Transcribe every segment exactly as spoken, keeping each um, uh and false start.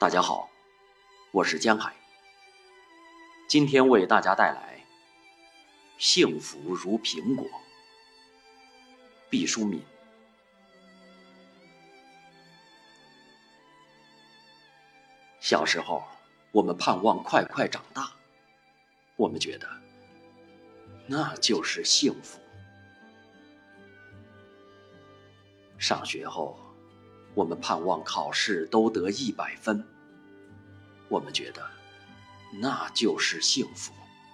大家好，我是江海。今天为大家带来《幸福如苹果》，毕淑敏。小时候，我们盼望快快长大，我们觉得那就是幸福。上学后，我们盼望考试都得一百分，我们觉得那就是幸福。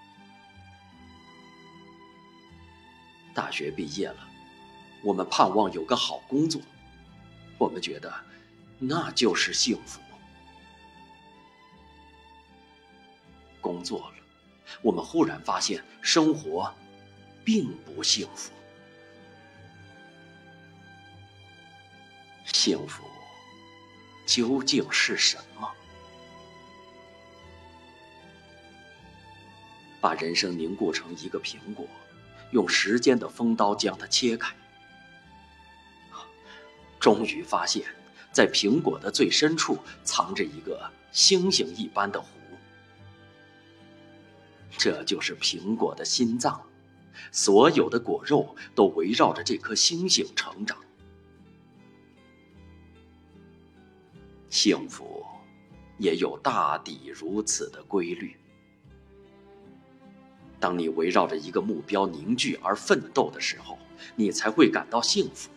大学毕业了，我们盼望有个好工作，我们觉得那就是幸福。工作了，我们忽然发现生活并不幸福。幸福究竟是什么？把人生凝固成一个苹果，用时间的锋刀将它切开，终于发现，在苹果的最深处藏着一个星星一般的湖。这就是苹果的心脏，所有的果肉都围绕着这颗星星成长。幸福也有大抵如此的规律。当你围绕着一个目标凝聚而奋斗的时候，你才会感到幸福。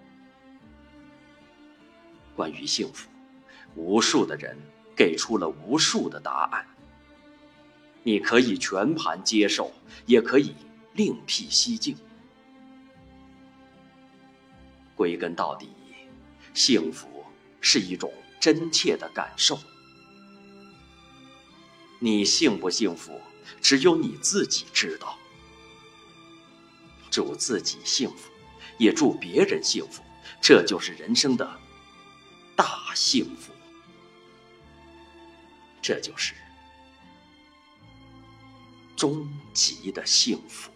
关于幸福，无数的人给出了无数的答案。你可以全盘接受，也可以另辟蹊径。归根到底，幸福是一种真切的感受。你幸不幸福，只有你自己知道。祝自己幸福，也祝别人幸福，这就是人生的大幸福。这就是终极的幸福。